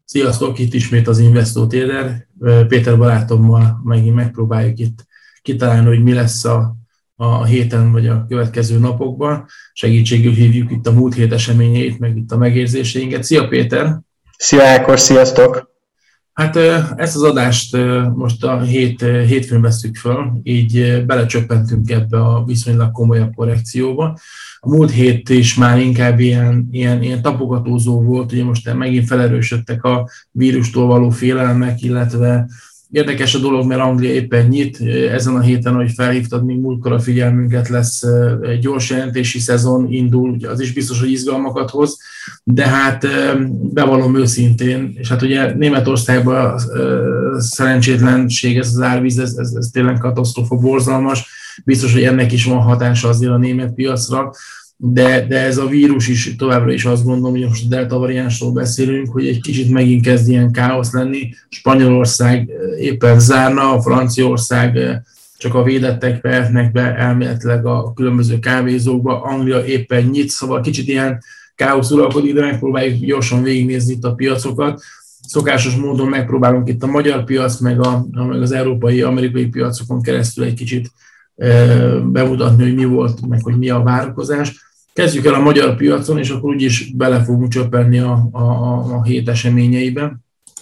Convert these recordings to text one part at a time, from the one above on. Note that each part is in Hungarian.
Sziasztok, itt ismét az Investor Trader. Péter barátommal megint megpróbáljuk itt kitalálni, hogy mi lesz a héten vagy a következő napokban. Segítségül hívjuk itt a múlt hét eseményeit, meg itt a megérzéseinket. Szia Péter! Szia Ákos, sziasztok! Hát ezt az adást most a hétfőn vesszük föl, így belecsöppentünk ebbe a viszonylag komolyabb korrekcióba. A múlt hét is már inkább ilyen tapogatózó volt, ugye most megint felerősödtek a vírustól való félelmek, illetve érdekes a dolog, mert Anglia éppen nyit. Ezen a héten, ahogy felhívtad még múltkor a figyelmünket, lesz egy gyors jelentési szezon, indul, ugye az is biztos, hogy izgalmakat hoz, de hát bevallom őszintén, és hát ugye Németországban szerencsétlenség, ez az árvíz, ez tényleg katasztrófa, borzalmas, biztos, hogy ennek is van hatása azért a német piacra, de ez a vírus is továbbra is azt gondolom, hogy most a delta variánsról beszélünk, hogy egy kicsit megint kezd ilyen káosz lenni. Spanyolország éppen zárna, Franciaország csak a védettek vehetnek be elméletileg a különböző kávézókba, Anglia éppen nyit, szóval kicsit ilyen káosz uralkodik, de megpróbáljuk gyorsan végignézni itt a piacokat. Szokásos módon megpróbálunk itt a magyar piac, meg az európai, amerikai piacokon keresztül egy kicsit bemutatni, hogy mi volt, meg hogy mi a várakozás. Kezdjük el a magyar piacon, és akkor úgyis bele fogunk csöppenni a hét eseményeiben.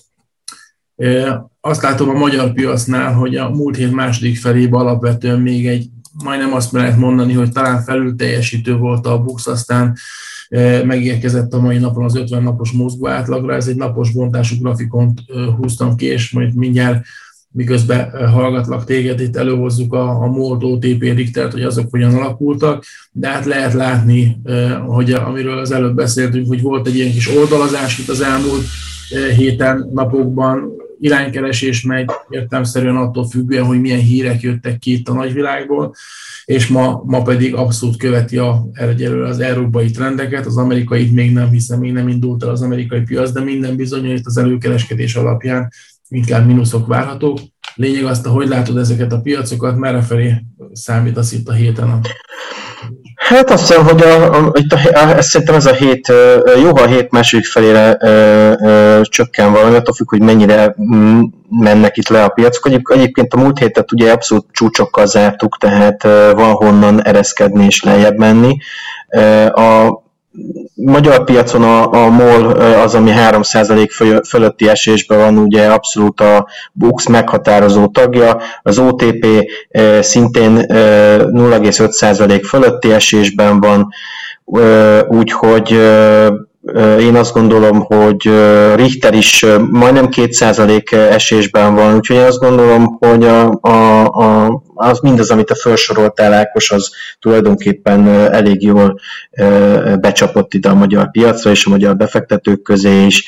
Azt látom a magyar piacnál, hogy a múlt hét második felében alapvetően még egy, majdnem azt lehet mondani, hogy talán felül teljesítő volt a BUX, aztán megérkezett a mai napon az 50 napos mozgó átlagra. Ez egy napos bontású grafikont húztam ki, és majd mindjárt miközben hallgatlak téged, itt előhozzuk a MOLT OTP Richtert, hogy azok hogyan alakultak, de hát lehet látni, hogy amiről az előbb beszéltünk, hogy volt egy ilyen kis oldalazás itt az elmúlt héten, napokban, iránykeresés megy értelemszerűen attól függően, hogy milyen hírek jöttek ki itt a nagyvilágból, és ma pedig abszolút követi egyelőre az európai trendeket, az amerikai még nem, hiszen még nem indult el az amerikai piac, de minden bizonyos itt az előkereskedés alapján inkább mínuszok várhatók. Lényeg azt, hogy látod ezeket a piacokat, merre felé számítasz itt a héten? Hát azt hiszem, hogy szerintem ez a hét, jó, ha a hét második felére csökken valami, attól függ, hogy mennyire mennek itt le a piacok. Egyébként a múlt hétet ugye abszolút csúcsokkal zártuk, tehát van honnan ereszkedni és lejjebb menni. A magyar piacon a MOL az, ami 3% fölötti esésben van, ugye abszolút a BUX meghatározó tagja, az OTP szintén 0,5% fölötti esésben van, úgyhogy én azt gondolom, hogy Richter is majdnem 2% esésben van, úgyhogy én azt gondolom, hogy az mindaz, amit te felsoroltál, Ákos, az tulajdonképpen elég jól becsapott ide a magyar piacra és a magyar befektetők közé is.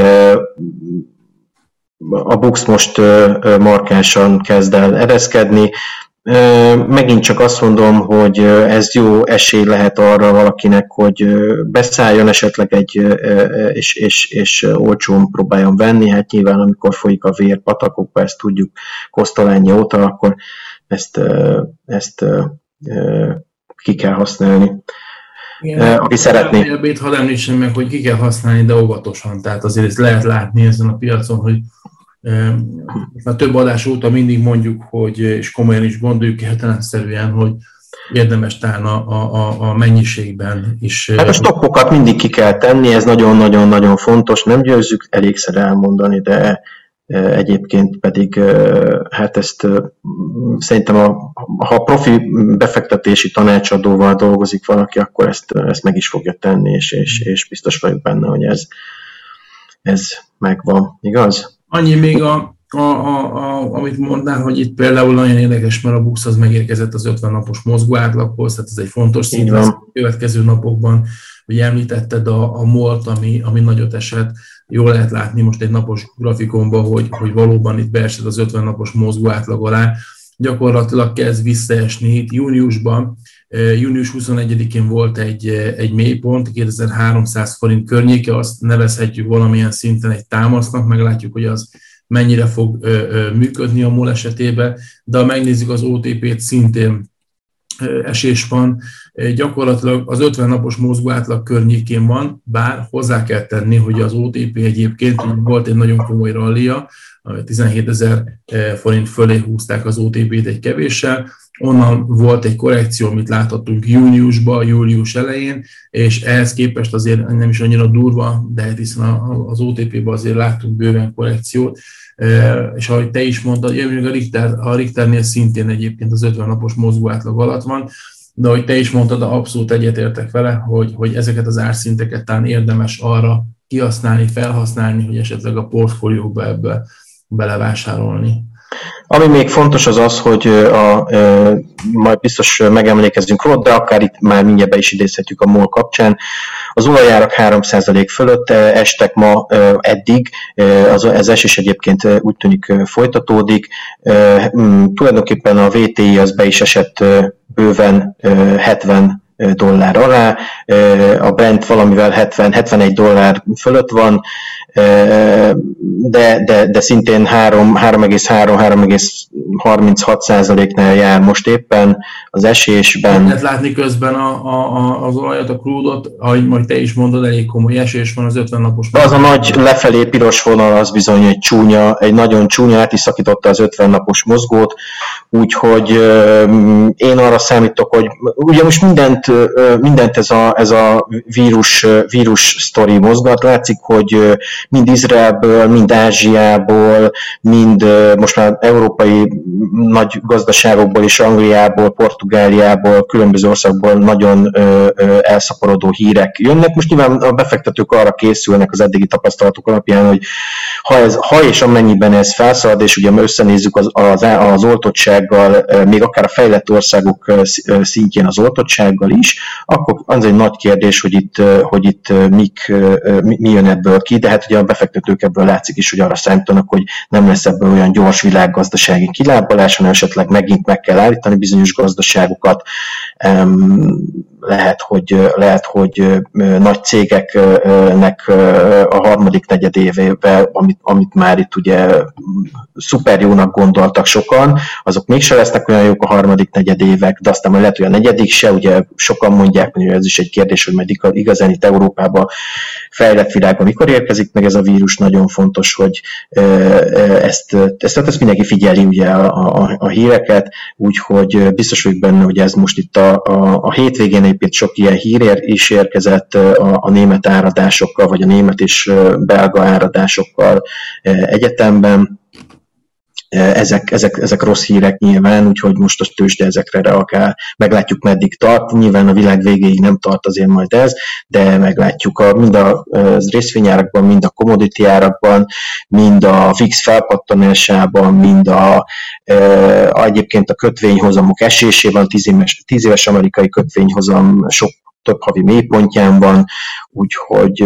A BUX most markánsan kezd el ereszkedni. Megint csak azt mondom, hogy ez jó esély lehet arra valakinek, hogy beszálljon esetleg és olcsón próbáljon venni. Hát nyilván, amikor folyik a vér patakokba, ezt tudjuk Kosztolányi óta, akkor ezt ki kell használni. Igen, aki szeretné. Hadd említsem meg, hogy ki kell használni, de óvatosan. Tehát azért ezt lehet látni ezen a piacon, hogy a több adás óta mindig mondjuk, hogy, és komolyan is gondoljuk értelemszerűen, hogy érdemes talán a mennyiségben is. Hát a stoppokat mindig ki kell tenni, ez nagyon-nagyon-nagyon fontos, nem győzzük elégszer elmondani, de egyébként pedig hát ezt szerintem ha profi befektetési tanácsadóval dolgozik valaki, akkor ezt meg is fogja tenni, és biztos vagyok benne, hogy ez megvan, igaz? Annyi még, amit mondtál, hogy itt például nagyon érdekes, mert a BUX az megérkezett az 50 napos mozgó átlaghoz, tehát ez egy fontos szint lesz a következő napokban. Ugye említetted a MOLT, ami nagyot esett, jól lehet látni most egy napos grafikonban, hogy valóban itt beesett az 50 napos mozgó átlag alá. Gyakorlatilag kezd visszaesni itt júniusban. Június 21-én volt egy mélypont, 2300 forint környéke, azt nevezhetjük valamilyen szinten egy támasznak, meglátjuk, hogy az mennyire fog működni a MOL esetében, de ha megnézzük az OTP-t, szintén esés van, gyakorlatilag az 50 napos mozgó átlag környékén van, bár hozzá kell tenni, hogy az OTP egyébként volt egy nagyon komoly rallia, 17 000 forint fölé húzták az OTP-t egy kevéssel, onnan volt egy korrekció, amit láthattunk júniusban, július elején, és ehhez képest azért nem is annyira durva, de hát hiszen az OTP-ben azért láttunk bőven korrekciót, és ahogy te is mondtad, a Richternél szintén egyébként az 50 napos mozgó átlag alatt van, de ahogy te is mondtad, abszolút egyetértek vele, hogy ezeket az árszinteket talán érdemes arra kihasználni, felhasználni, hogy esetleg a portfólióba ebbe belevásárolni. Ami még fontos az az, hogy majd biztos megemlékezünk róla, de akár itt már mindjárt be is idézhetjük a MOL kapcsán. Az olajárak 3% fölött estek ma eddig, az esés egyébként úgy tűnik folytatódik. Tulajdonképpen a VTI az be is esett bőven $70 alá, a Brent valamivel 71 dollár fölött van, de szintén 3,3-3,36%-nál jár most éppen az esésben. Lehet látni közben az olajat, a crude-ot, ahogy majd te is mondod, elég komoly esés van az 50 napos. Az a nagy lefelé piros vonal az bizony egy nagyon csúnya, át is szakította az 50 napos mozgót, úgyhogy én arra számítok, hogy ugye most mindent ez a vírus sztori mozgat. Látszik, hogy mind Izraelből, mind Ázsiából, mind most már európai nagy gazdaságokból és Angliából, Portugáliából, különböző országból nagyon elszaporodó hírek jönnek. Most nyilván a befektetők arra készülnek az eddigi tapasztalatok alapján, hogy ha és amennyiben ez felszalad, és ugye összenézzük az oltottsággal, még akár a fejlett országok szintjén az oltottsággal is, akkor az egy nagy kérdés, hogy itt mi jön ebből ki, de hát ugye a befektetők ebből látszik is, hogy arra számítanak, hogy nem lesz ebből olyan gyors világgazdasági kilábalás, hanem esetleg megint meg kell állítani bizonyos gazdaságokat. Lehet, hogy nagy cégeknek a harmadik negyedévével, amit már itt ugye szuper jónak gondoltak sokan, azok mégse lesznek olyan jók a harmadik negyedévek, de aztán majd lehet, hogy a negyedik se, ugye sokan mondják, hogy ez is egy kérdés, hogy majd igazán itt Európában, fejlett világban mikor érkezik meg ez a vírus, nagyon fontos, hogy ezt mindenki figyeli ugye a híreket, úgyhogy biztos vagyok benne, hogy ez most itt a hétvégén épp sok ilyen hír is érkezett a német áradásokkal, vagy a német és belga áradásokkal egyetemben. Ezek rossz hírek nyilván, úgyhogy most a tőzsde ezekre reagál. Meglátjuk, meddig tart. Nyilván a világ végéig nem tart azért majd ez, de meglátjuk mind a részvényárakban, mind a commodity árakban, mind a VIX felpattanásában, mind egyébként a kötvényhozamok esésében, 10 éves amerikai kötvényhozam sok több havi mélypontján van, úgyhogy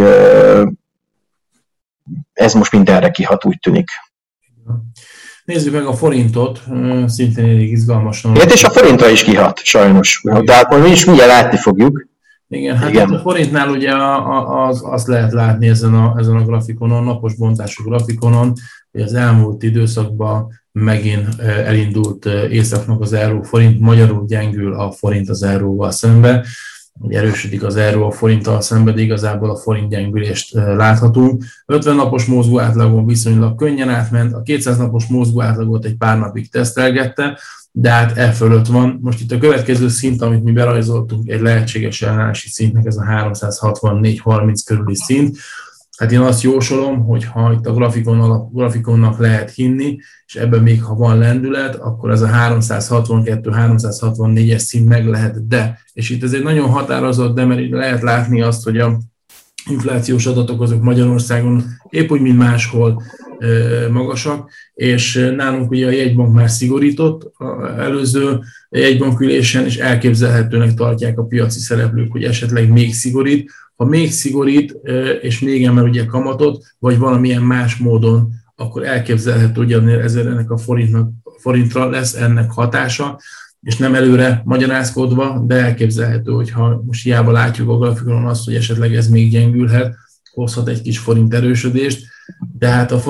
ez most mindenre kihat, úgy tűnik. Nézzük meg a forintot, szintén elég izgalmasan. És a forintra is kihat, sajnos. De hát mi is mindjárt látni fogjuk. Igen, hát igen. A forintnál ugye azt lehet látni ezen a grafikonon, napos bontású grafikonon, hogy az elmúlt időszakban megint elindult északnak az euró-forint, magyarul gyengül a forint az euróval szemben. Erősödik az euró a forinttal szemben, de igazából a forint gyengülést láthatunk. 50 napos mozgó átlagon viszonylag könnyen átment, a 200 napos mozgó átlagot egy pár napig tesztelgette, de hát e fölött van. Most itt a következő szint, amit mi berajzoltunk, egy lehetséges ellenállási szintnek, ez a 364-30 körüli szint. Hát én azt jósolom, hogy ha itt a grafikonnak lehet hinni, és ebben még ha van lendület, akkor ez a 362-364-es szint meg lehet, de. És itt ez egy nagyon határozott, de mert lehet látni azt, hogy a inflációs adatok azok Magyarországon épp úgy, mint máshol magasak, és nálunk ugye a jegybank már szigorított előző jegybankülésen, és elképzelhetőnek tartják a piaci szereplők, hogy esetleg még szigorít. Ha még szigorít, és még emel ugye kamatot, vagy valamilyen más módon, akkor elképzelhető, hogy ennek a forintra lesz ennek hatása, és nem előre magyarázkodva, de elképzelhető, hogyha most hiába látjuk a grafikonon azt, hogy esetleg ez még gyengülhet, hozhat egy kis forint erősödést, de hát a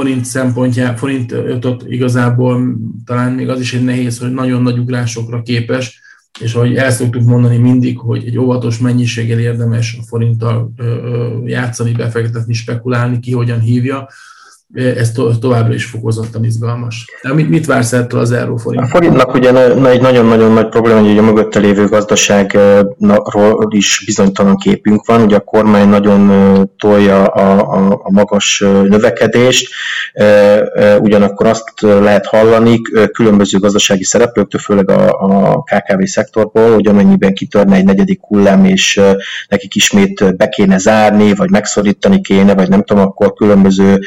forintot igazából talán még az is egy nehéz, hogy nagyon nagy ugrásokra képes, és ahogy el szoktuk mondani mindig, hogy egy óvatos mennyiséggel érdemes a forinttal játszani, befektetni, spekulálni, ki hogyan hívja, ez továbbra is fokozottan izgalmas. De mit vársz ettől az euróforint? A forintnak ugye egy nagyon-nagyon nagy probléma, hogy a mögötte lévő gazdaságról is bizonytalan képünk van. Ugye a kormány nagyon tolja a magas növekedést, ugyanakkor azt lehet hallani különböző gazdasági szereplőktől, főleg a KKV szektorból, hogy amennyiben kitörne egy negyedik hullám, és nekik ismét be kéne zárni, vagy megszorítani kéne, vagy nem tudom, akkor különböző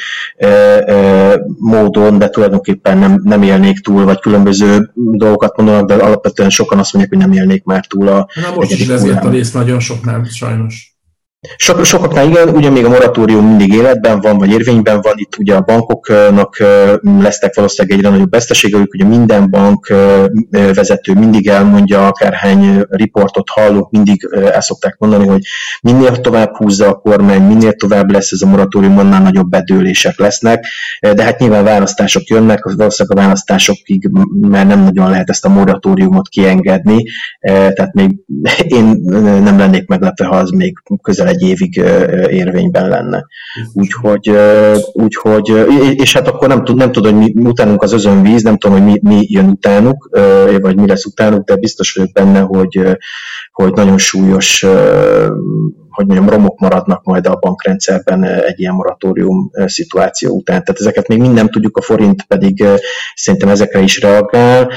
módon, de tulajdonképpen nem élnék túl, vagy különböző dolgokat mondanak, de alapvetően sokan azt mondják, hogy nem élnék már túl a most is ezért a rész nagyon soknál, sajnos. Sokaknál igen, ugye még a moratórium mindig életben van, vagy érvényben van, itt ugye a bankoknak lesznek valószínűleg egyre nagyobb veszteségeik, ugye minden bank vezető mindig elmondja, akárhány riportot hallunk, mindig el szokták mondani, hogy minél tovább húzza a kormány, minél tovább lesz ez a moratórium, annál nagyobb bedőlések lesznek, de hát nyilván választások jönnek, valószínűleg a választásokig már nem nagyon lehet ezt a moratóriumot kiengedni, tehát még én nem lennék meglepve, ha az még közel egy évig érvényben lenne. Úgyhogy és hát akkor nem tudom, hogy mi utánunk az özönvíz, nem tudom, hogy mi jön utánuk, vagy mi lesz utánuk, de biztos vagyok benne, hogy nagyon súlyos, hogy mondjam, romok maradnak majd a bankrendszerben egy ilyen moratórium szituáció után. Tehát ezeket még mind nem tudjuk, a forint pedig szerintem ezekre is reagál.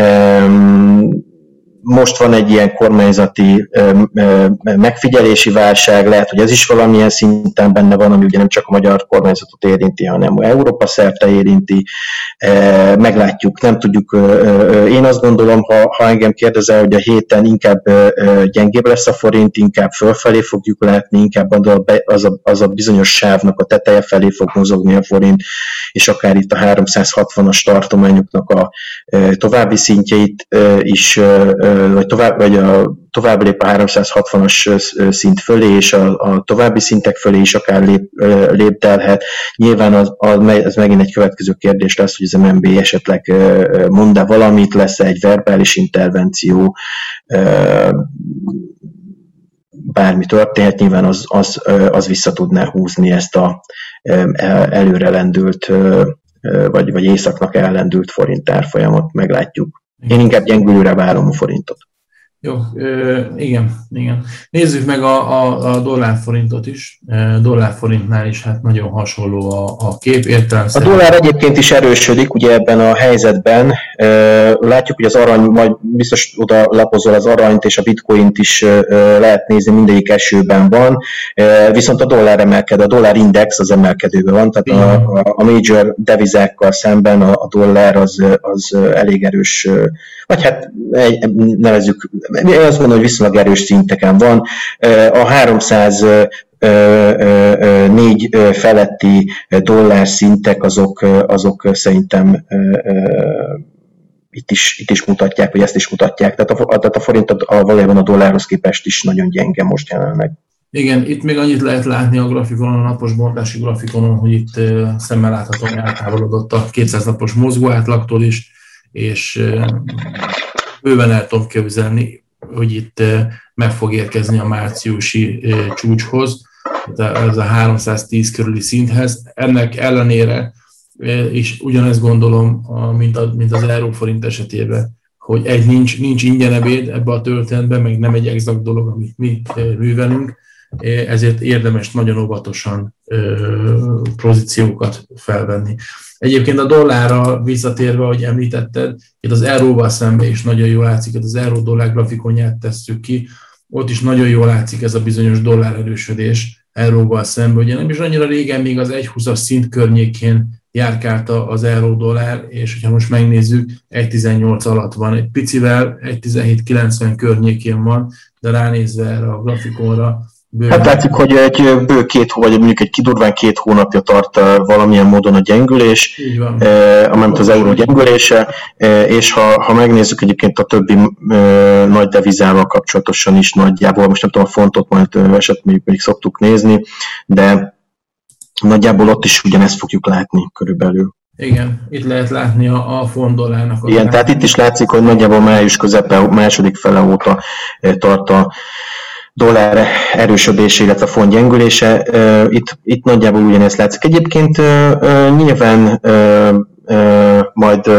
Most van egy ilyen kormányzati megfigyelési válság, lehet, hogy ez is valamilyen szinten benne van, ami ugye nem csak a magyar kormányzatot érinti, hanem Európa szerte érinti. Meglátjuk, nem tudjuk. Én azt gondolom, ha engem kérdezel, hogy a héten inkább gyengébb lesz a forint, inkább fölfelé fogjuk látni, inkább az a bizonyos sávnak a teteje felé fog mozogni a forint, és akár itt a 360-as tartományoknak a további szintjeit is, vagy tovább lép a 360-as szint fölé, és a további szintek fölé is akár lépdelhet. Nyilván ez megint egy következő kérdés lesz, hogy az MNB esetleg mond-e valamit, lesz egy verbális intervenció, bármi történhet, nyilván az vissza tudná húzni ezt a előre lendült, vagy északnak ellendült forint árfolyamot, meglátjuk. Én inkább gyengülőre várom a forintot. Jó, igen. Nézzük meg a dollárforintot is. Dollárforintnál is hát nagyon hasonló a kép értelemszerűen. A dollár egyébként is erősödik ugye ebben a helyzetben. Látjuk, hogy az arany, majd biztos oda lapozol az aranyt és a bitcoint is lehet nézni, mindegyik esőben van. Viszont a dollár emelkedő, a dollár index az emelkedőben van, tehát a major devizákkal szemben a dollár az elég erős, vagy hát nevezzük, én azt mondom, hogy viszonylag erős szinteken van. A 304 feletti dollár szintek azok szerintem itt is mutatják, vagy ezt is mutatják. Tehát a forint valójában a dollárhoz képest is nagyon gyenge most jelenleg. Igen, itt még annyit lehet látni a grafikonon, a napos bontási grafikonon, hogy itt szemmel láthatóan eltávolodott a 200 napos mozgó átlagtól is, és bőven el tudom képzelni, hogy itt meg fog érkezni a márciusi csúcshoz, ez a 310 körüli szinthez. Ennek ellenére is ugyanezt gondolom, mint az euróforint esetében, hogy nincs ingyen ebéd ebbe a történetben, meg nem egy exakt dolog, amit mi művelünk, ezért érdemes nagyon óvatosan pozíciókat felvenni. Egyébként a dollárra visszatérve, ahogy említetted, itt az euróval szemben is nagyon jól látszik, az euró-dollár grafikonját tesszük ki, ott is nagyon jól látszik ez a bizonyos dollár erősödés euróval szemben. Ugye nem is annyira régen még az 1,20-as szint környékén járkálta az euró-dollár, és hogyha most megnézzük, 1,18 alatt van, egy picivel 1,1790 környékén van, de ránézve erre a grafikonra, hát látjuk, hogy egy bő vagy mondjuk egy kidurván 2 hónapja tart valamilyen módon a gyengülés, amint az euró gyengülése, és ha megnézzük egyébként a többi nagy devizával kapcsolatosan is nagyjából, most nem tudom, a fontot majd esetleg még szoktuk nézni, de nagyjából ott is ugyanezt fogjuk látni körülbelül. Igen, itt lehet látni a fondollának. Igen, tehát itt is látszik, hogy nagyjából május közepe, második fele óta tart a dollár erősödése, illetve a font gyengülése. Itt nagyjából ugyanezt látszik. Egyébként nyilván majd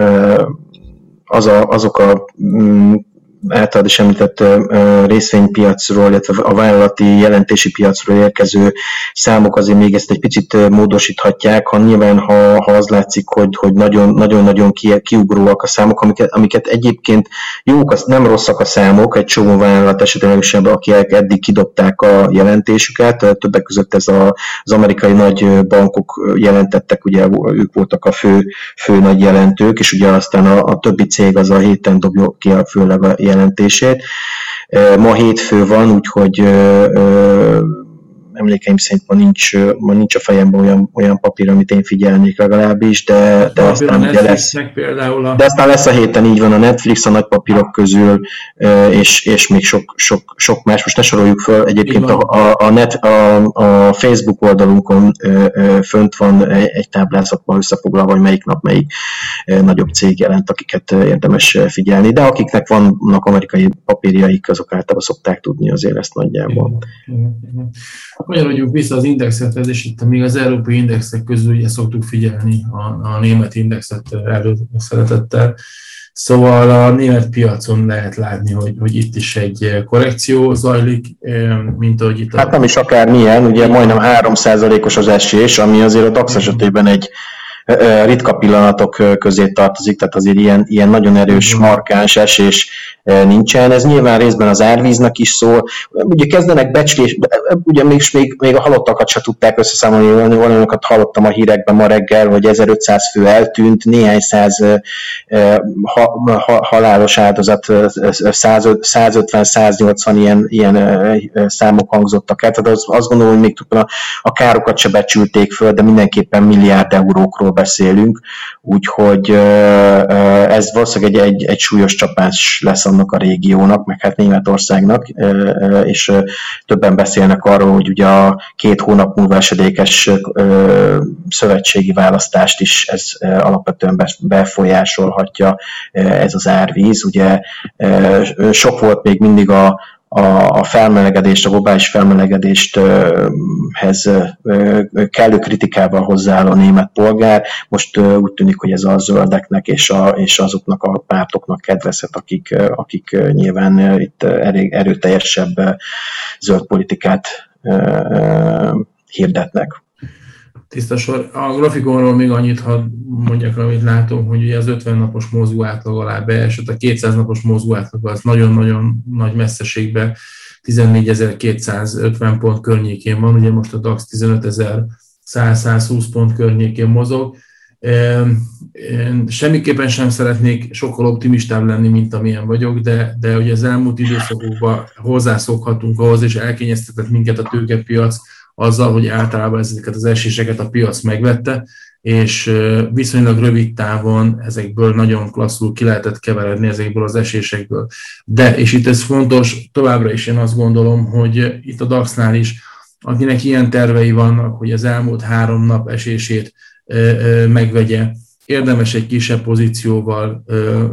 azok a általad is említett részvénypiacról, illetve a vállalati jelentési piacról érkező számok azért még ezt egy picit módosíthatják, nyilván ha az látszik, hogy nagyon-nagyon kiugróak a számok, amiket egyébként jók, nem rosszak a számok, egy csomó vállalat esetleg, akik eddig kidobták a jelentésüket, többek között ez az amerikai nagy bankok jelentettek, ugye ők voltak a fő nagy jelentők, és ugye aztán a többi cég az a héten dobja ki főleg a jelentését. Ma hétfő van, úgyhogy emlékeim szerint ma nincs a fejemben olyan papír, amit én figyelnék legalábbis, de aztán ugye lesz. De aztán lesz a héten, így van, a Netflix a nagy papírok közül, és még sok más. Most ne soroljuk föl, egyébként a Facebook oldalunkon fönt van egy táblázatban összefoglalva, hogy melyik nap melyik nagyobb cég jelent, akiket érdemes figyelni, de akiknek vannak amerikai papírjaik, azok általában szokták tudni azért ezt nagyjából. Kanyarodjunk vissza az indexethez, és itt még az európai indexek közül ugye szoktuk figyelni a német indexet szeretettel. Szóval a német piacon lehet látni, hogy itt is egy korrekció zajlik, mint ahogy itt... Hát nem is akármilyen, ugye majdnem 3%-os az esés, ami azért a DAX esetében egy ritka pillanatok közé tartozik, tehát azért ilyen nagyon erős, markáns esés nincsen. Ez nyilván részben az árvíznak is szól. Ugye kezdenek becslés, ugye még a halottakat se tudták összeszámolni, olyanokat hallottam a hírekben ma reggel, hogy 1500 fő eltűnt, néhány száz halálos áldozat, 150-180 ilyen számok hangzottak el, tehát azt gondolom, hogy még a károkat se becsülték föl, de mindenképpen milliárd eurókról beszélünk, úgyhogy ez valószínűleg egy súlyos csapás lesz annak a régiónak, meg hát Németországnak, és többen beszélnek arról, hogy ugye a 2 hónap múlva esedékes szövetségi választást is ez alapvetően befolyásolhatja ez az árvíz. Ugye sok volt még mindig a felmelegedést, a globális felmelegedéshez kellő kritikával hozzááll a német polgár. Most úgy tűnik, hogy ez a zöldeknek és azoknak a pártoknak kedvezhet, akik nyilván itt erőteljesebb zöld politikát hirdetnek. Tiszta sor. A grafikonról még annyit hadd mondjak, amit látom, hogy ugye az 50 napos mozgó átlag alá beesett, a 200 napos mozgó átlag az nagyon-nagyon nagy messzeségben 14.250 pont környékén van, ugye most a DAX 15.100-120 pont környékén mozog. Semmiképpen sem szeretnék sokkal optimistább lenni, mint amilyen vagyok, de ugye az elmúlt időszakokban hozzászokhatunk ahhoz, és elkényeztetett minket a tőkepiac azzal, hogy általában ezeket az eséseket a piac megvette, és viszonylag rövid távon ezekből nagyon klasszul ki lehetett keveredni ezekből az esésekből. De, és itt ez fontos, továbbra is én azt gondolom, hogy itt a DAX-nál is, akinek ilyen tervei vannak, hogy az elmúlt 3 nap esését megvegye, érdemes egy kisebb pozícióval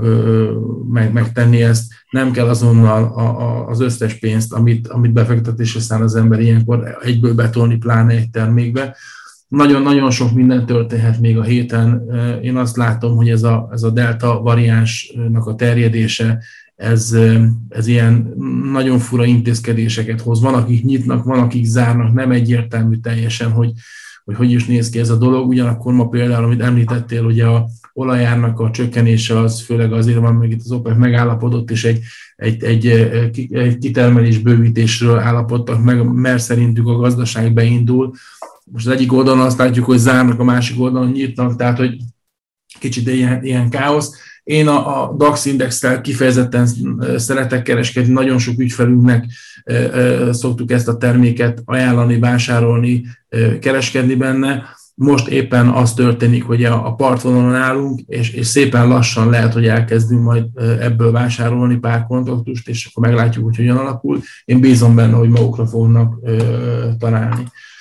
megtenni ezt, nem kell azonnal az összes pénzt, amit befektet, és aztán az ember ilyenkor egyből betolni, pláne egy termékbe. Nagyon-nagyon sok minden történhet még a héten. Én azt látom, hogy ez a delta variánsnak a terjedése, ez ilyen nagyon fura intézkedéseket hoz. Van, akik nyitnak, van, akik zárnak, nem egyértelmű teljesen, hogy is néz ki ez a dolog. Ugyanakkor ma például, amit említettél, ugye a olajárnak a csökkenése az főleg azért van, meg itt az OPEC megállapodott, és egy kitermelés bővítésről állapodtak meg, mert szerintük a gazdaság beindul. Most az egyik oldalon azt látjuk, hogy zárnak, a másik oldalon nyitnak, tehát hogy kicsit ilyen káosz. Én a DAX indextel kifejezetten szeretek kereskedni, nagyon sok ügyfelünknek szoktuk ezt a terméket ajánlani, vásárolni, kereskedni benne. Most éppen az történik, hogy a partvonalon állunk, és szépen lassan lehet, hogy elkezdünk majd ebből vásárolni pár kontaktust, és akkor meglátjuk, hogy hogyan alakul. Én bízom benne, hogy magukra fognak találni.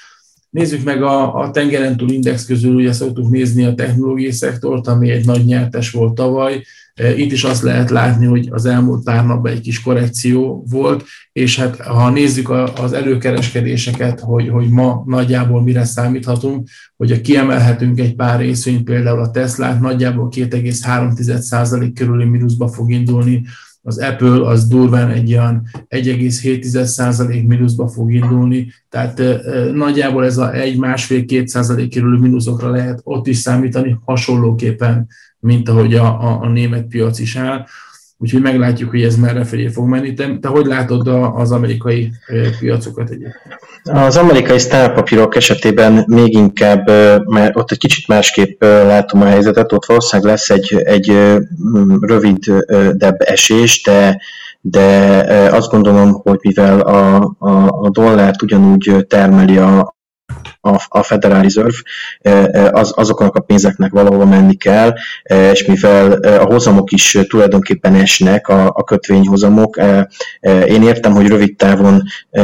Nézzük meg a tengeren túl index közül, ugye szoktuk nézni a technológiai szektort, ami egy nagy nyertes volt tavaly. Itt is azt lehet látni, hogy az elmúlt pár napban egy kis korrekció volt, és hát ha nézzük az előkereskedéseket, hogy ma nagyjából mire számíthatunk, hogy kiemelhetünk egy pár részvényt, például a Teslát nagyjából 2,3% körüli mínuszba fog indulni, az Apple az durván egy olyan 1,7% mínuszba fog indulni, tehát nagyjából ez a 1,5-2% körüli mínuszokra lehet ott is számítani, hasonlóképpen, mint ahogy a német piac is áll. Úgyhogy meglátjuk, hogy ez merre felé fog menni. Te hogy látod az amerikai piacokat egyébként? Az amerikai sztárpapírok esetében még inkább, mert ott egy kicsit másképp látom a helyzetet, ott valószínűleg lesz egy rövidebb esés, de azt gondolom, hogy mivel a dollárt ugyanúgy termeli a Federal Reserve, azoknak a pénzeknek valahol menni kell, és mivel a hozamok is tulajdonképpen esnek, a kötvényhozamok, én értem, hogy rövid távon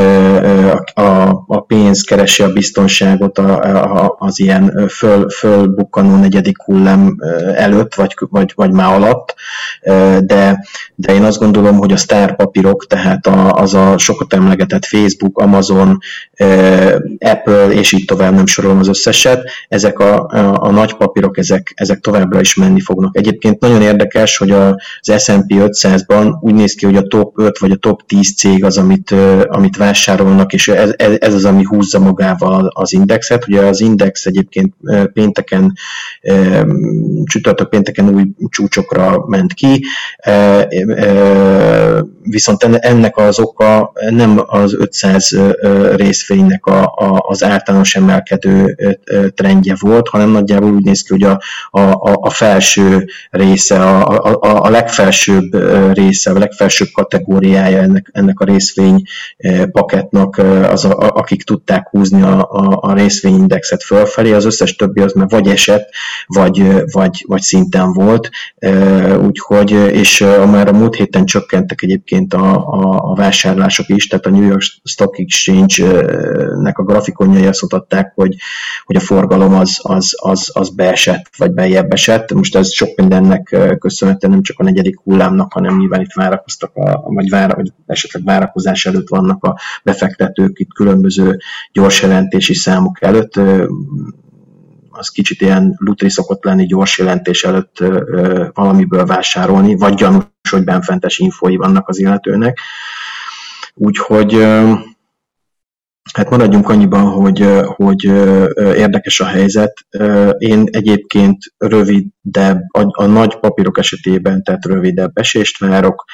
a pénz keresi a biztonságot az ilyen fölbukkanó negyedik hullám előtt, vagy már alatt, de én azt gondolom, hogy a sztárpapírok, tehát az a sokat emlegetett Facebook, Amazon, Apple, és így tovább, nem sorolom az összeset, ezek a nagy papírok, ezek továbbra is menni fognak. Egyébként nagyon érdekes, hogy az S&P 500-ban úgy néz ki, hogy a top 5 vagy a top 10 cég az, amit vásárolnak, és ez az, ami húzza magával az indexet. Ugye az index egyébként csütörtök pénteken új csúcsokra ment ki, viszont ennek az oka nem az 500 részvénynek az általános emelkedő trendje volt, hanem nagyjából úgy néz ki, hogy a felső része, a legfelsőbb része, a legfelsőbb kategóriája ennek a részvény paketnak, akik tudták húzni a részvényindexet fölfelé, az összes többi az már vagy esett, vagy szinten volt, úgyhogy, és már a múlt héten csökkentek egyébként a vásárlások is, tehát a New York Stock Exchange-nek a grafikonjai azt mutatták, hogy a forgalom az beesett, vagy beljebb esett. Most ez sok mindennek köszönhetően nem csak a negyedik hullámnak, hanem nyilván itt várakoztak, vagy esetleg várakozás előtt vannak a befektetők itt különböző gyors jelentési számok előtt. Az kicsit ilyen lutri szokott lenni gyors jelentés előtt valamiből vásárolni, vagy gyanús, hogy benfentes infói vannak az illetőnek. Úgyhogy hát maradjunk annyiban, hogy érdekes a helyzet. Én egyébként rövidebb, a nagy papírok esetében, tehát rövidebb esést várok,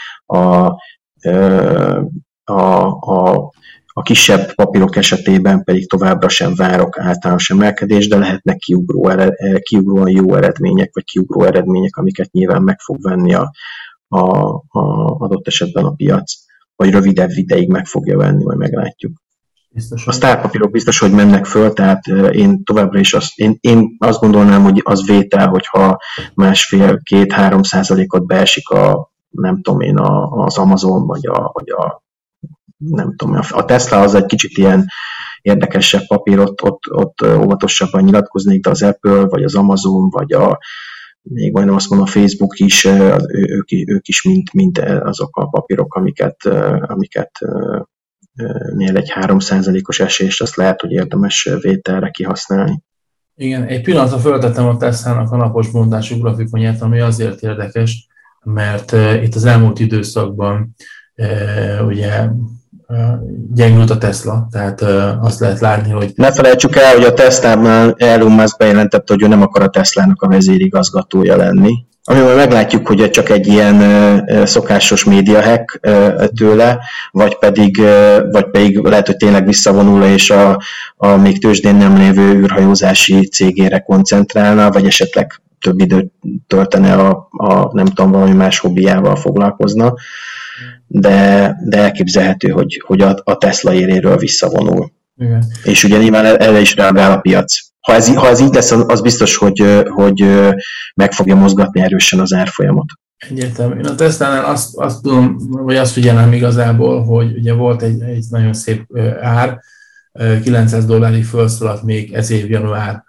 a kisebb papírok esetében pedig továbbra sem várok általános emelkedést, de lehetnek kiugróan jó eredmények, vagy kiugró eredmények, amiket nyilván meg fog venni a adott esetben a piac, vagy rövidebb ideig meg fogja venni, majd meglátjuk. A sztárpapírok biztos, hogy mennek föl, tehát én továbbra is én azt gondolnám, hogy az vétel, hogyha 1,5-2-3%-ot beesik nem tudom én, az Amazon, vagy nem tudom, a Tesla az egy kicsit ilyen érdekesebb papír, ott óvatosabban nyilatkoznék, de az Apple, vagy az Amazon, vagy még majdnem azt mondom, a Facebook is, ők is mind azok a papírok, amiket nél egy 3%-os esést, azt lehet, hogy érdemes vételre kihasználni. Igen, egy pillanatra föltettem a Teslának a napos bontású grafikonját, ami azért érdekes, mert itt az elmúlt időszakban ugye gyengült a Tesla, tehát azt lehet látni, hogy... Ne felejtsük el, hogy a Teslánál Elon Musk bejelentette, hogy ő nem akar a Teslának a vezérigazgatója lenni. Amivel meglátjuk, hogy csak egy ilyen szokásos média hack tőle, vagy pedig lehet, hogy tényleg visszavonul, és a még tőzsdén nem lévő űrhajózási cégére koncentrálna, vagy esetleg több időt töltene a nem tudom, valami más hobbiával foglalkozna. De elképzelhető, hogy a Tesla éréről visszavonul. Igen. És ugye nyilván erre is reagál a piac. Ha ez így lesz, az biztos, hogy meg fogja mozgatni erősen az árfolyamot. Egyértelmű. Én a Tesla-nál azt tudom, vagy azt figyelem igazából, hogy ugye volt egy nagyon szép ár, $900 felszaladt még ez év január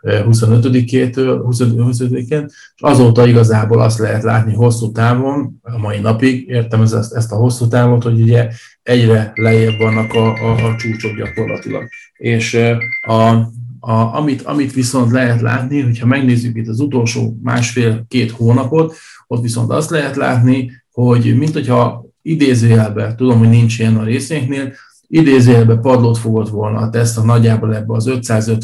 25-én, és azóta igazából azt lehet látni hosszú távon, a mai napig, értem ezt a hosszú távot, hogy ugye egyre lejjebb vannak a csúcsok gyakorlatilag. És amit viszont lehet látni, hogyha megnézzük itt az utolsó másfél-két hónapot, ott viszont azt lehet látni, hogy mint hogyha idézőjelben, tudom, hogy nincs ilyen a részvényeknél, idézőjelben padlót fogott volna a Tesla nagyjából ebbe az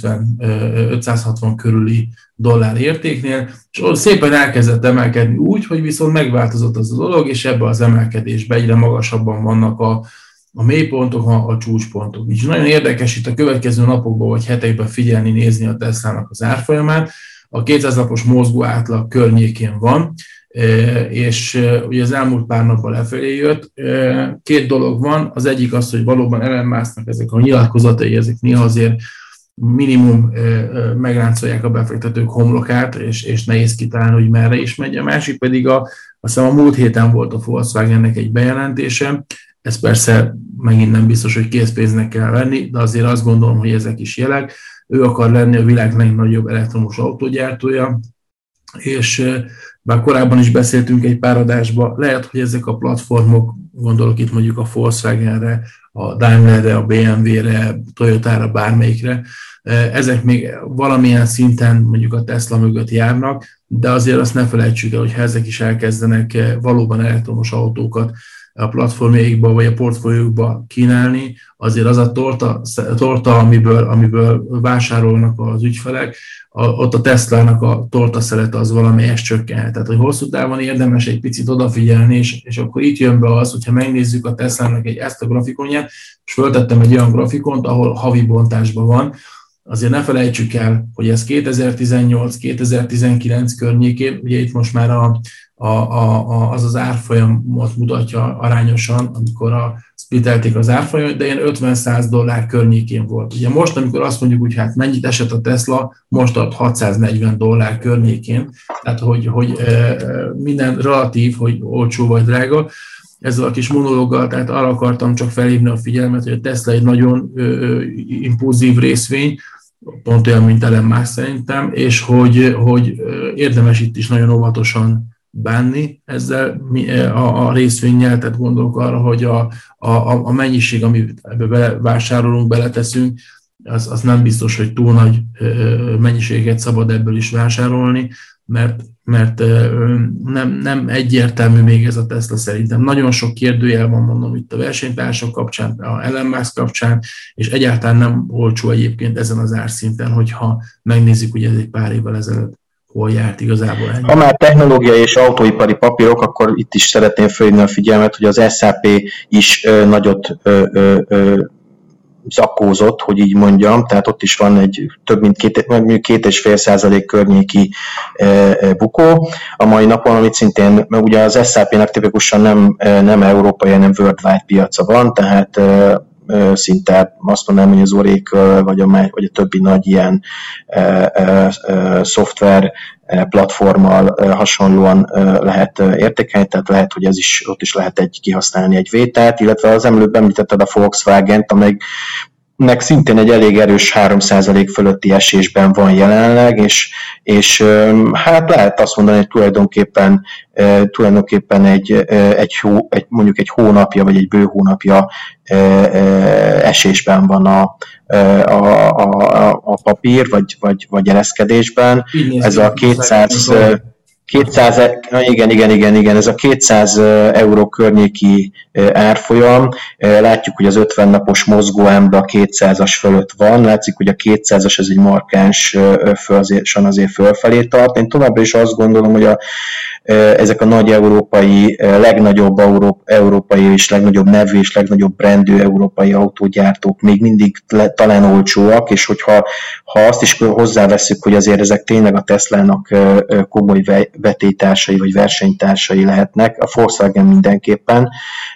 550-560 körüli dollár értéknél, és szépen elkezdett emelkedni úgy, hogy viszont megváltozott az a dolog, és ebbe az emelkedésben egyre magasabban vannak a mélypontok, a csúcspontok. És nagyon érdekes itt a következő napokban vagy hetekben figyelni, nézni a Teslának az árfolyamát. A 200 napos mozgó átlag környékén van, és ugye az elmúlt pár napban lefelé jött. Két dolog van, az egyik az, hogy valóban Elon Musknak ezek a nyilatkozatai, ezek néha azért minimum megráncolják a befektetők homlokát, és nehéz kitalálni, hogy merre is megy. A másik pedig azt hiszem a múlt héten volt a Volkswagennek egy bejelentése, ez persze megint nem biztos, hogy készpénznek kell venni, de azért azt gondolom, hogy ezek is jelek. Ő akar lenni a világ legnagyobb elektromos autógyártója, és bár korábban is beszéltünk egy pár adásban, lehet, hogy ezek a platformok, gondolok itt mondjuk a Volkswagenre, a Daimlerre, a BMW-re, Toyotára, bármelyikre, ezek még valamilyen szinten mondjuk a Tesla mögött járnak, de azért azt ne felejtsük el, hogy ha ezek is elkezdenek valóban elektromos autókat a platformjaikba vagy a portfóliókba kínálni, azért az a torta amiből vásárolnak az ügyfelek, ott a Teslának a tortaszelete az valamelyest csökkenhet. Tehát, hogy hosszú távon érdemes egy picit odafigyelni, és akkor itt jön be az, hogyha megnézzük a Teslának ezt a grafikonját, és föltettem egy olyan grafikont, ahol havi bontásban van, azért ne felejtsük el, hogy ez 2018-2019 környékén, ugye itt most már az árfolyamot mutatja arányosan, amikor splitelték az árfolyamot, de ilyen $50-100 környékén volt. Ugye most, amikor azt mondjuk, hogy hát mennyit esett a Tesla, most ad $640 környékén, tehát hogy minden relatív, hogy olcsó vagy drága. Ezzel a kis monológgal, tehát arra akartam csak felhívni a figyelmet, hogy a Tesla egy nagyon impulzív részvény, pont olyan, mint Elon Musk szerintem, és hogy érdemes itt is nagyon óvatosan bánni ezzel a részvénnyel, tehát gondolok arra, hogy a mennyiség, amit ebbe vásárolunk, beleteszünk, az nem biztos, hogy túl nagy mennyiséget szabad ebből is vásárolni, mert nem egyértelmű még ez a Tesla szerintem. Nagyon sok kérdőjel van, mondom, itt a versenytársak kapcsán, a Elon Musk kapcsán, és egyáltalán nem olcsó egyébként ezen az árszinten, hogyha megnézzük, hogy ez egy pár évvel ezelőtt hol járt igazából. Ha már technológiai és autóipari papírok, akkor itt is szeretném fölhívni a figyelmet, hogy az SAP is nagyot zakózott, hogy így mondjam, tehát ott is van egy több mint 2,5% környéki bukó a mai napon, amit szintén, ugye az SAP-nek tipikusan nem európai, hanem worldwide piaca van, tehát szinte azt mondanám, hogy az Oracle vagy a többi nagy ilyen szoftver platformmal hasonlóan lehet értékelni, tehát lehet, hogy ott is lehet kihasználni egy vételt, illetve az előbb említetted a Volkswagen-t, amelynek szintén egy elég erős 3% fölötti esésben van jelenleg, és hát lehet azt mondani, hogy tulajdonképpen mondjuk egy hónapja, vagy egy bő hónapja esésben van a papír, vagy ereszkedésben. Ez a 200, igen, ez a 200 euró környéki árfolyam. Látjuk, hogy az 50 napos mozgóámban a 200-as fölött van. Látszik, hogy a 200-as ez egy azért fölfelé tart. Én továbbra is azt gondolom, hogy ezek a nagy legnagyobb európai és legnagyobb nevű és legnagyobb brandű európai autógyártók még mindig talán olcsóak, és hogyha azt is hozzáveszünk, hogy azért ezek tényleg a Teslának komoly vetélytársai vagy versenytársai lehetnek, a Volkswagen mindenképpen.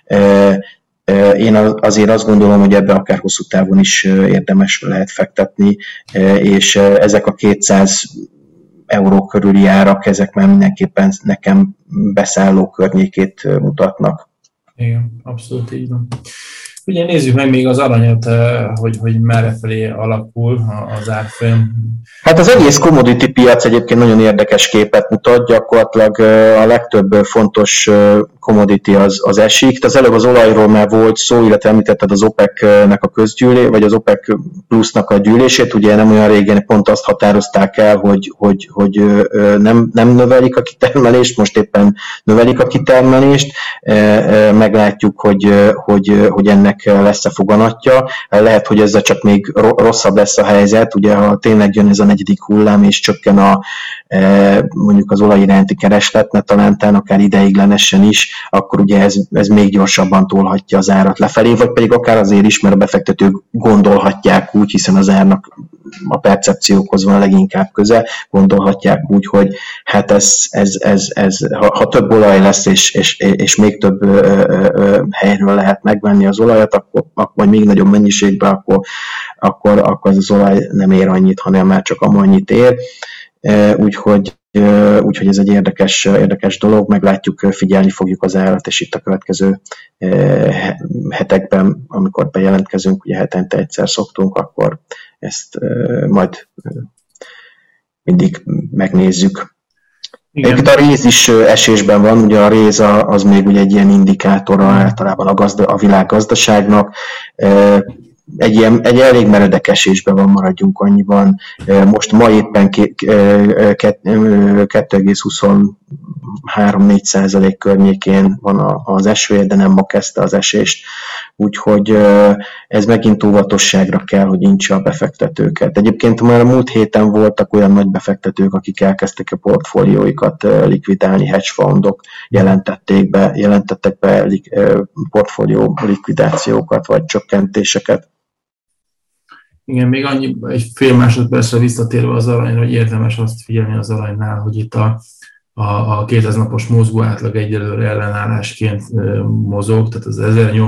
Én azért azt gondolom, hogy ebbe akár hosszú távon is érdemes lehet fektetni, és ezek a 200 euró körüli árak, ezek már mindenképpen nekem beszálló környékét mutatnak. Igen, abszolút így van. Ugye nézzük meg még az aranyat, hogy merre felé alakul az árfolyam. Hát az egész commodity piac egyébként nagyon érdekes képet mutat, gyakorlatilag a legtöbb fontos commodity az esik. Az előbb az olajról már volt szó, illetve említetted az OPEC-nek a közgyűlés, vagy az OPEC plusznak a gyűlését, ugye nem olyan régen pont azt határozták el, hogy nem növelik a kitermelést, most éppen növelik a kitermelést, meglátjuk, hogy ennek lesz-e foganatja. Lehet, hogy ezzel csak még rosszabb lesz a helyzet, ugye ha tényleg jön ez a negyedik hullám, és csökken mondjuk az olaj iránti kereslet, ne talántán akár ideiglenesen is, akkor ugye ez még gyorsabban tolhatja az árat lefelé, vagy pedig akár azért is, mert a befektetők gondolhatják úgy, hiszen az árnak a percepciókhoz van leginkább köze, gondolhatják úgy, hogy hát ha több olaj lesz, és még több helyről lehet megvenni az olajat, vagy még nagyobb mennyiségben, akkor az olaj nem ér annyit, hanem már csak annyit ér. Úgyhogy ez egy érdekes dolog, meglátjuk, figyelni fogjuk az árat, és itt a következő hetekben, amikor bejelentkezünk, ugye hetente egyszer szoktunk, akkor ezt majd mindig megnézzük. Egyébként a réz is esésben van, ugye a réz az még ugye egy ilyen indikátora általában a világgazdaságnak. Egy elég meredek esésben van, maradjunk annyiban. Most ma éppen 2,23-4% környékén van az esője, de nem ma kezdte az esést. Úgyhogy ez megint óvatosságra kell, hogy intse a befektetőket. Egyébként már a múlt héten voltak olyan nagy befektetők, akik elkezdtek a portfólióikat likvidálni, hedge fundok jelentettek be portfólió likvidációkat vagy csökkentéseket. Igen, még egy fél másodpercre visszatérve az aranyra, hogy érdemes azt figyelni az aranynál, hogy itt a 2000 napos mozgó átlag egyelőre ellenállásként mozog, tehát az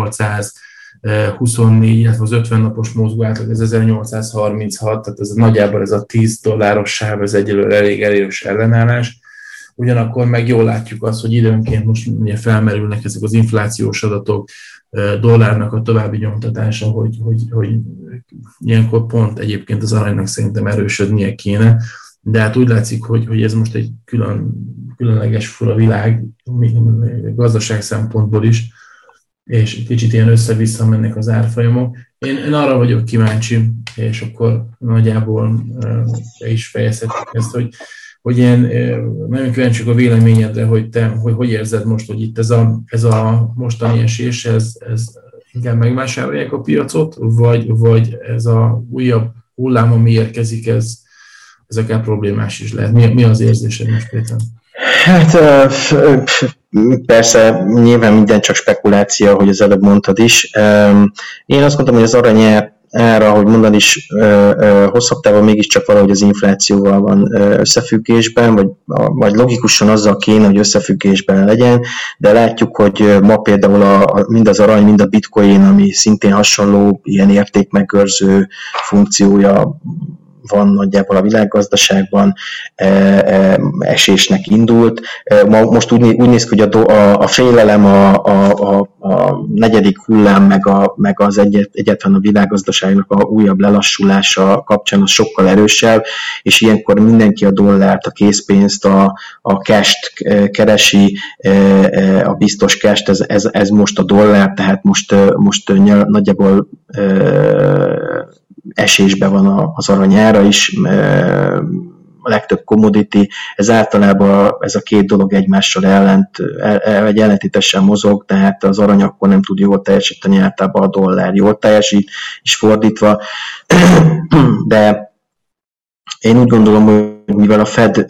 1824, illetve az 50 napos mozgó átlag az 1836, tehát ez nagyjából ez a $10 sáv, ez egyelőre elég erős ellenállás. Ugyanakkor meg jól látjuk azt, hogy időnként most ugye felmerülnek ezek az inflációs adatok, dollárnak a további nyomtatása, hogy ilyenkor pont egyébként az aranynak szerintem erősödnie kéne, de hát úgy látszik, hogy ez most egy különleges fura világ, gazdaság szempontból is, és kicsit ilyen össze-vissza mennek az árfolyamok. Én arra vagyok kíváncsi, és akkor nagyjából te is fejezhetjük ezt, hogy én nagyon kíváncsiak a véleményedre, hogy te hogy érzed most, hogy itt ez a mostani esés, ez inkább megvásárolják a piacot, vagy ez a újabb hullám, ami érkezik, ez akár problémás is lehet. Mi az érzésed most, Péter? Hát persze, nyilván minden csak spekuláció, hogy az előbb mondtad is. Én azt mondtam, hogy az arany ára, ahogy mondani is, hosszabb távon mégiscsak valahogy az inflációval van összefüggésben, vagy logikusan azzal kéne, hogy összefüggésben legyen, de látjuk, hogy ma például mind az arany, mind a bitcoin, ami szintén hasonló ilyen értékmegőrző funkciója van nagyjából a világgazdaságban, esésnek indult. Most úgy néz ki, hogy a félelem, a negyedik hullám, meg az egyáltalán a világgazdaságnak a újabb lelassulása kapcsán az sokkal erősebb, és ilyenkor mindenki a dollárt, a készpénzt, a cash-t keresi, a biztos cash-t, ez most a dollár, tehát most nagyjából esésben van az arany ára is, a legtöbb commodity, ez általában ez a két dolog egymással ellentétesen mozog, tehát az arany akkor nem tud jól teljesíteni, általában a dollár jól teljesít, és fordítva, de én úgy gondolom, hogy mivel a Fed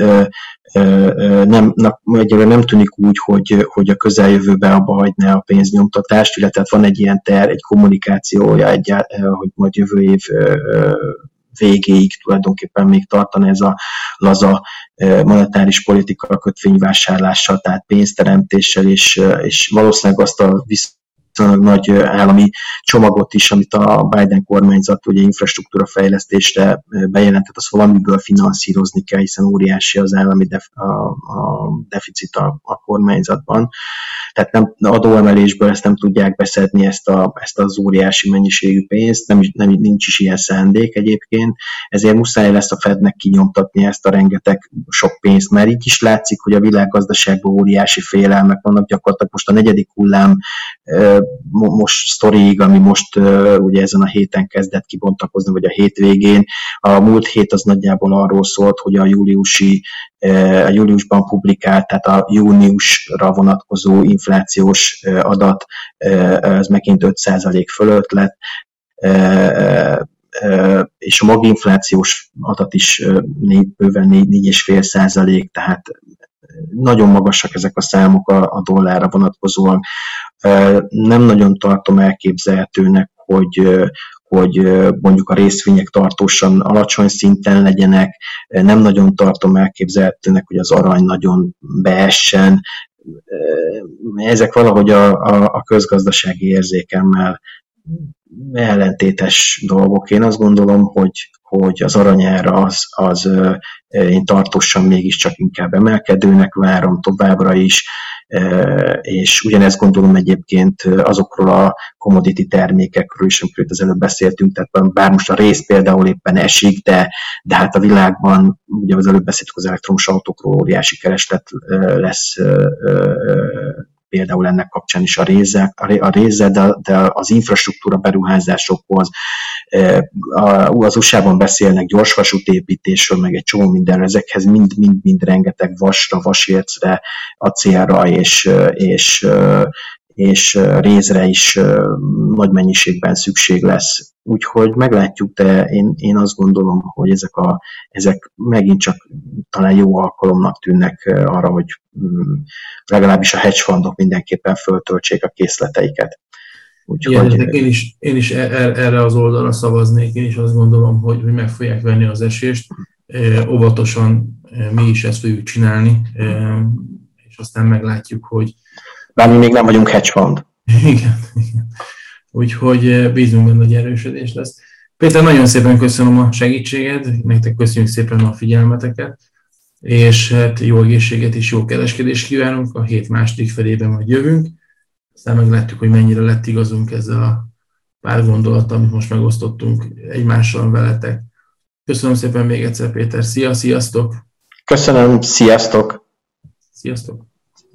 nem tűnik úgy, hogy a közeljövőben abba hagyná a pénznyomtatást, illetve van egy ilyen egy kommunikációja, hogy majd jövő év végéig tulajdonképpen még tartana ez a laza monetáris politika kötvényvásárlással, tehát pénzteremtéssel, és valószínűleg azt a viszonylag nagy állami csomagot is, amit a Biden kormányzat ugye infrastruktúra fejlesztésre bejelentett, azt valamiből finanszírozni kell, hiszen óriási az állami deficit a kormányzatban. Tehát adóemelésből ezt nem tudják beszedni, ezt az óriási mennyiségű pénzt, nincs is ilyen szándék egyébként, ezért muszáj lesz a Fednek kinyomtatni ezt a rengeteg sok pénzt, mert így is látszik, hogy a világgazdaságban óriási félelmek vannak, gyakorlatilag most a negyedik hullám most sztoriig, ami most ugye ezen a héten kezdett kibontakozni, vagy a hétvégén. A múlt hét az nagyjából arról szólt, hogy a júliusban publikált, tehát a júniusra vonatkozó inflációs adat, ez megint 5% fölött lett, és a maginflációs adat is bőven 4,5%, tehát nagyon magasak ezek a számok a dollárra vonatkozóan. Nem nagyon tartom elképzelhetőnek, hogy mondjuk a részvények tartósan alacsony szinten legyenek, nem nagyon tartom elképzelhetőnek, hogy az arany nagyon beessen. Ezek valahogy a közgazdasági érzékemmel ellentétes dolgok. Én azt gondolom, hogy az aranyára az én tartósan mégiscsak inkább emelkedőnek várom továbbra is, és ugyanezt gondolom egyébként azokról a commodity termékekről is, amikről az előbb beszéltünk, tehát bár most a rész például éppen esik, de hát a világban, ugye az előbb beszéltük az elektromos autókról, óriási kereslet lesz például ennek kapcsán is a része, de az infrastruktúra beruházásokhoz, az USA-ban beszélnek gyorsvasútépítésről, meg egy csomó mindenről, ezekhez mind rengeteg vasra, vasércre, acélra és rézre is nagy mennyiségben szükség lesz. Úgyhogy meglátjuk, de én azt gondolom, hogy ezek megint csak talán jó alkalomnak tűnnek arra, hogy legalábbis a hedge fundok mindenképpen föltöltsék a készleteiket. Úgyhogy... Én is erre az oldalra szavaznék, én is azt gondolom, hogy meg fogják venni az esést, óvatosan mi is ezt fogjuk csinálni, és aztán meglátjuk, hogy... Bár mi még nem vagyunk hedge fund. Igen. Úgyhogy bízunk benne, hogy erősödés lesz. Péter, nagyon szépen köszönöm a segítséged, nektek köszönjük szépen a figyelmeteket, és hát jó egészséget és jó kereskedést kívánunk, a hét második felében majd jövünk, aztán meglátjuk, hogy mennyire lett igazunk ezzel a pár gondolattal, amit most megosztottunk egymással veletek. Köszönöm szépen még egyszer, Péter, sziasztok! Köszönöm, sziasztok! Sziasztok!